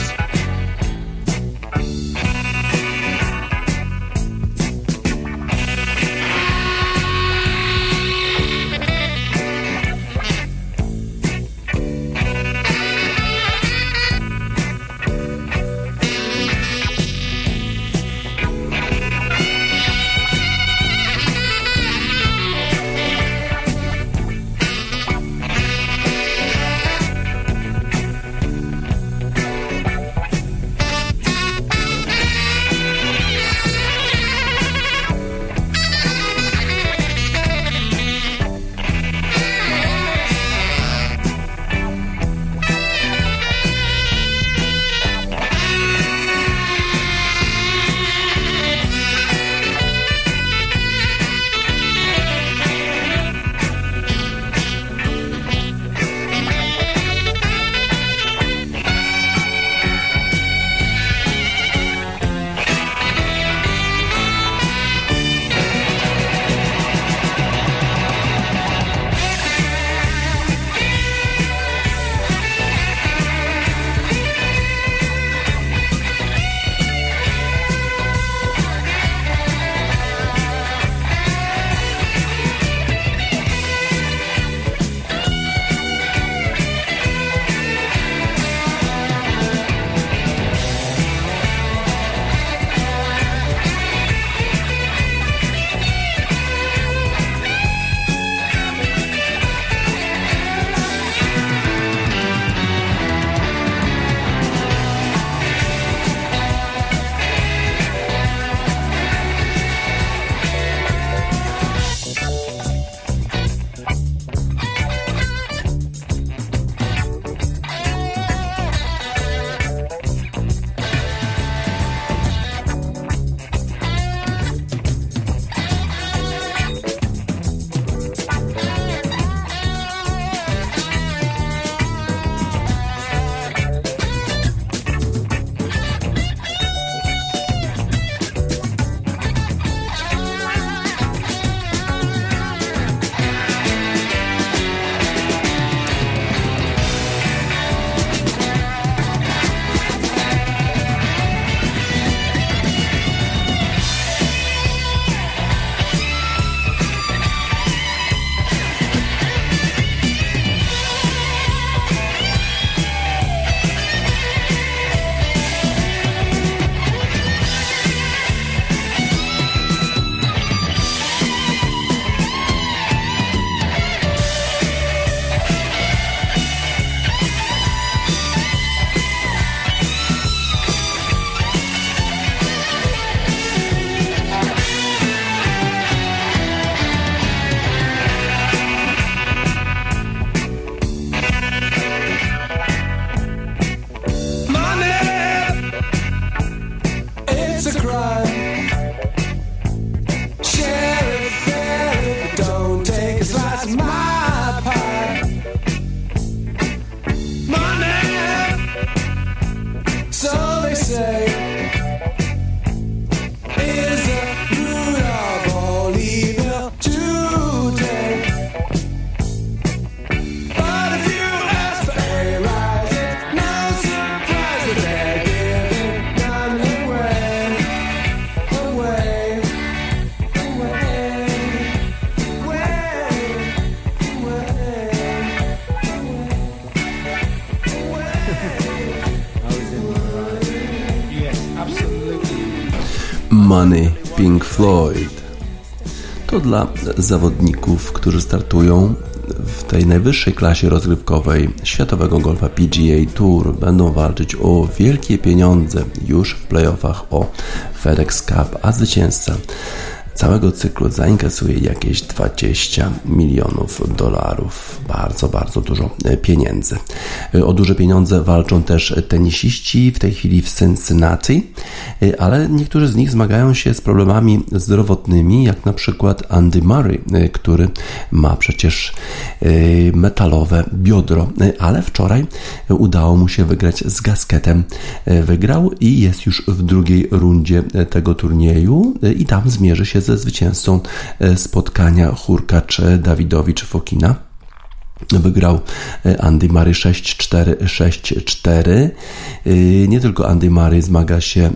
Money, Pink Floyd. To dla zawodników, którzy startują w tej najwyższej klasie rozgrywkowej światowego golfa PGA Tour. Będą walczyć o wielkie pieniądze już w playoffach o FedEx Cup, a zwycięzca całego cyklu zainkasuje jakieś $20 milionów. Bardzo, bardzo dużo pieniędzy. O duże pieniądze walczą też tenisiści w tej chwili w Cincinnati, ale niektórzy z nich zmagają się z problemami zdrowotnymi, jak na przykład Andy Murray, który ma przecież metalowe biodro, ale wczoraj udało mu się wygrać z Gasquetem. Wygrał i jest już w drugiej rundzie tego turnieju i tam zmierzy się ze zwycięzcą spotkania Hurkacz Dawidowicz Fokina. Wygrał Andy Murray 6-4, 6-4. Nie tylko Andy Murray zmaga się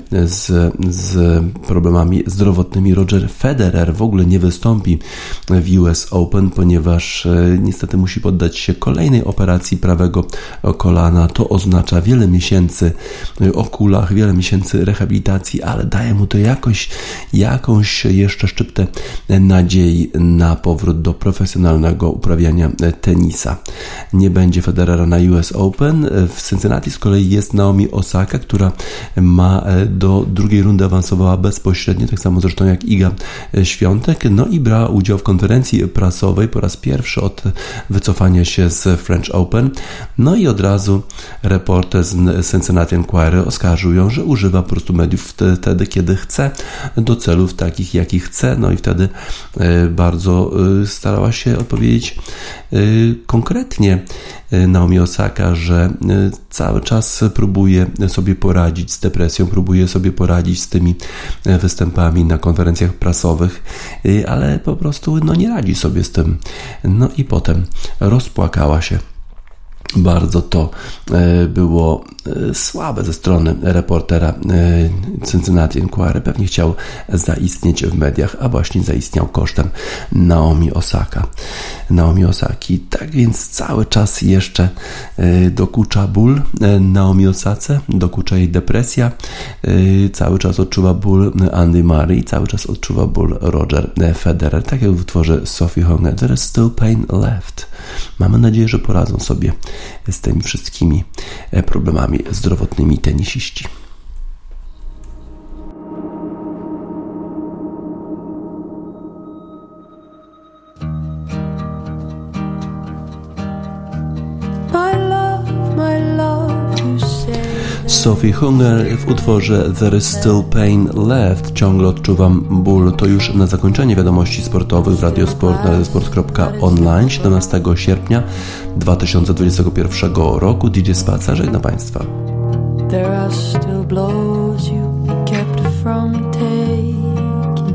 z problemami zdrowotnymi. Roger Federer w ogóle nie wystąpi w US Open, ponieważ niestety musi poddać się kolejnej operacji prawego kolana. To oznacza wiele miesięcy o kulach, wiele miesięcy rehabilitacji, ale daje mu to jakąś jeszcze szczyptę nadziei na powrót do profesjonalnego uprawiania tenisa. Nie będzie Federera na US Open. W Cincinnati z kolei jest Naomi Osaka, która ma do drugiej rundy awansowała bezpośrednio, tak samo zresztą jak Iga Świątek, no i brała udział w konferencji prasowej po raz pierwszy od wycofania się z French Open. No i od razu reporter z Cincinnati Enquirer oskarżył ją, że używa po prostu mediów wtedy, kiedy chce, do celów takich, jakich chce, no i wtedy bardzo starała się odpowiedzieć konkretnie Naomi Osaka, że cały czas próbuje sobie poradzić z depresją, próbuje sobie poradzić z tymi występami na konferencjach prasowych, ale po prostu nie radzi sobie z tym. No i potem rozpłakała się. Bardzo to było słabe ze strony reportera Cincinnati Enquirer. Pewnie chciał zaistnieć w mediach, a właśnie zaistniał kosztem Naomi Osaki. Tak więc cały czas jeszcze dokucza ból Naomi Osace, dokucza jej depresja, cały czas odczuwa ból Andy Murray, cały czas odczuwa ból Roger Federer. Tak jak w utworze Sophie Hunger, There is still pain left. Mamy nadzieję, że poradzą sobie z tymi wszystkimi problemami zdrowotnymi tenisiści. Sophie Hunger w utworze There is still pain left. Ciągle odczuwam ból. To już na zakończenie wiadomości sportowych w Radiosport na radiosport.online 17 sierpnia 2021 roku. DJ Spaca żegna Państwa. There are still blows you kept from taking,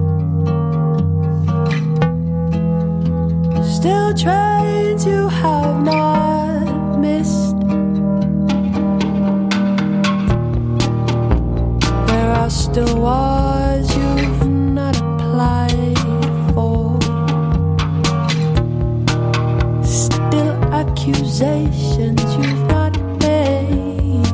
still trains you have not missed. There are still wars you've not applied for, still accusations you've not made.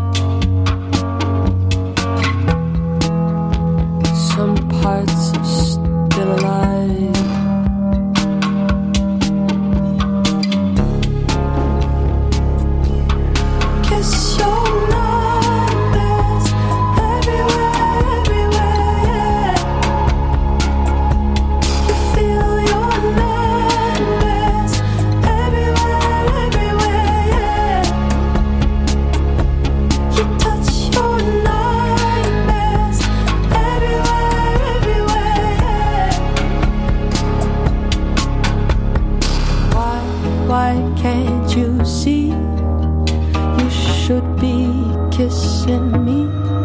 Some parts are still alive. Kiss your nightmares everywhere, everywhere. You feel your nightmares everywhere, everywhere. You touch your nightmares everywhere, everywhere. Why can't you see? You should be kissing me.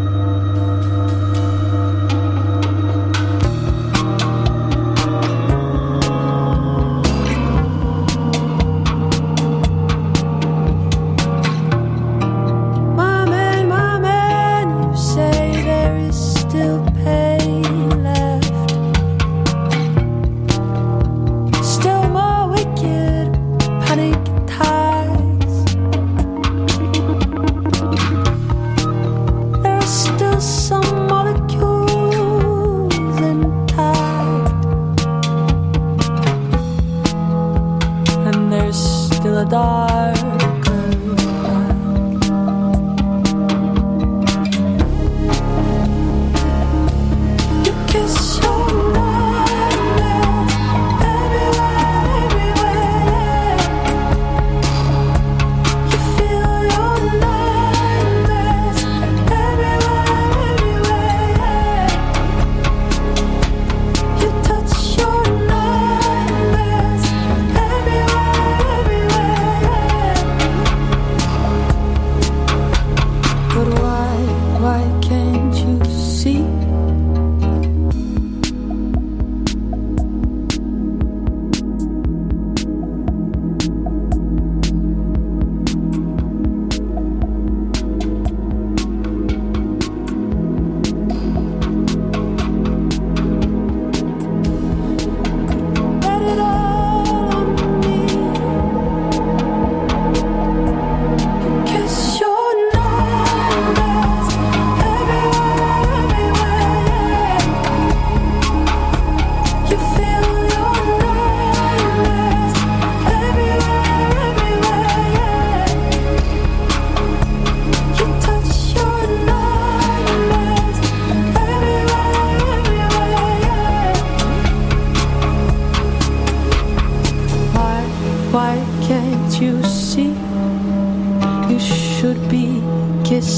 My man, you say there is still pain left, still more wicked panic attacks.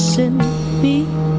kissing me.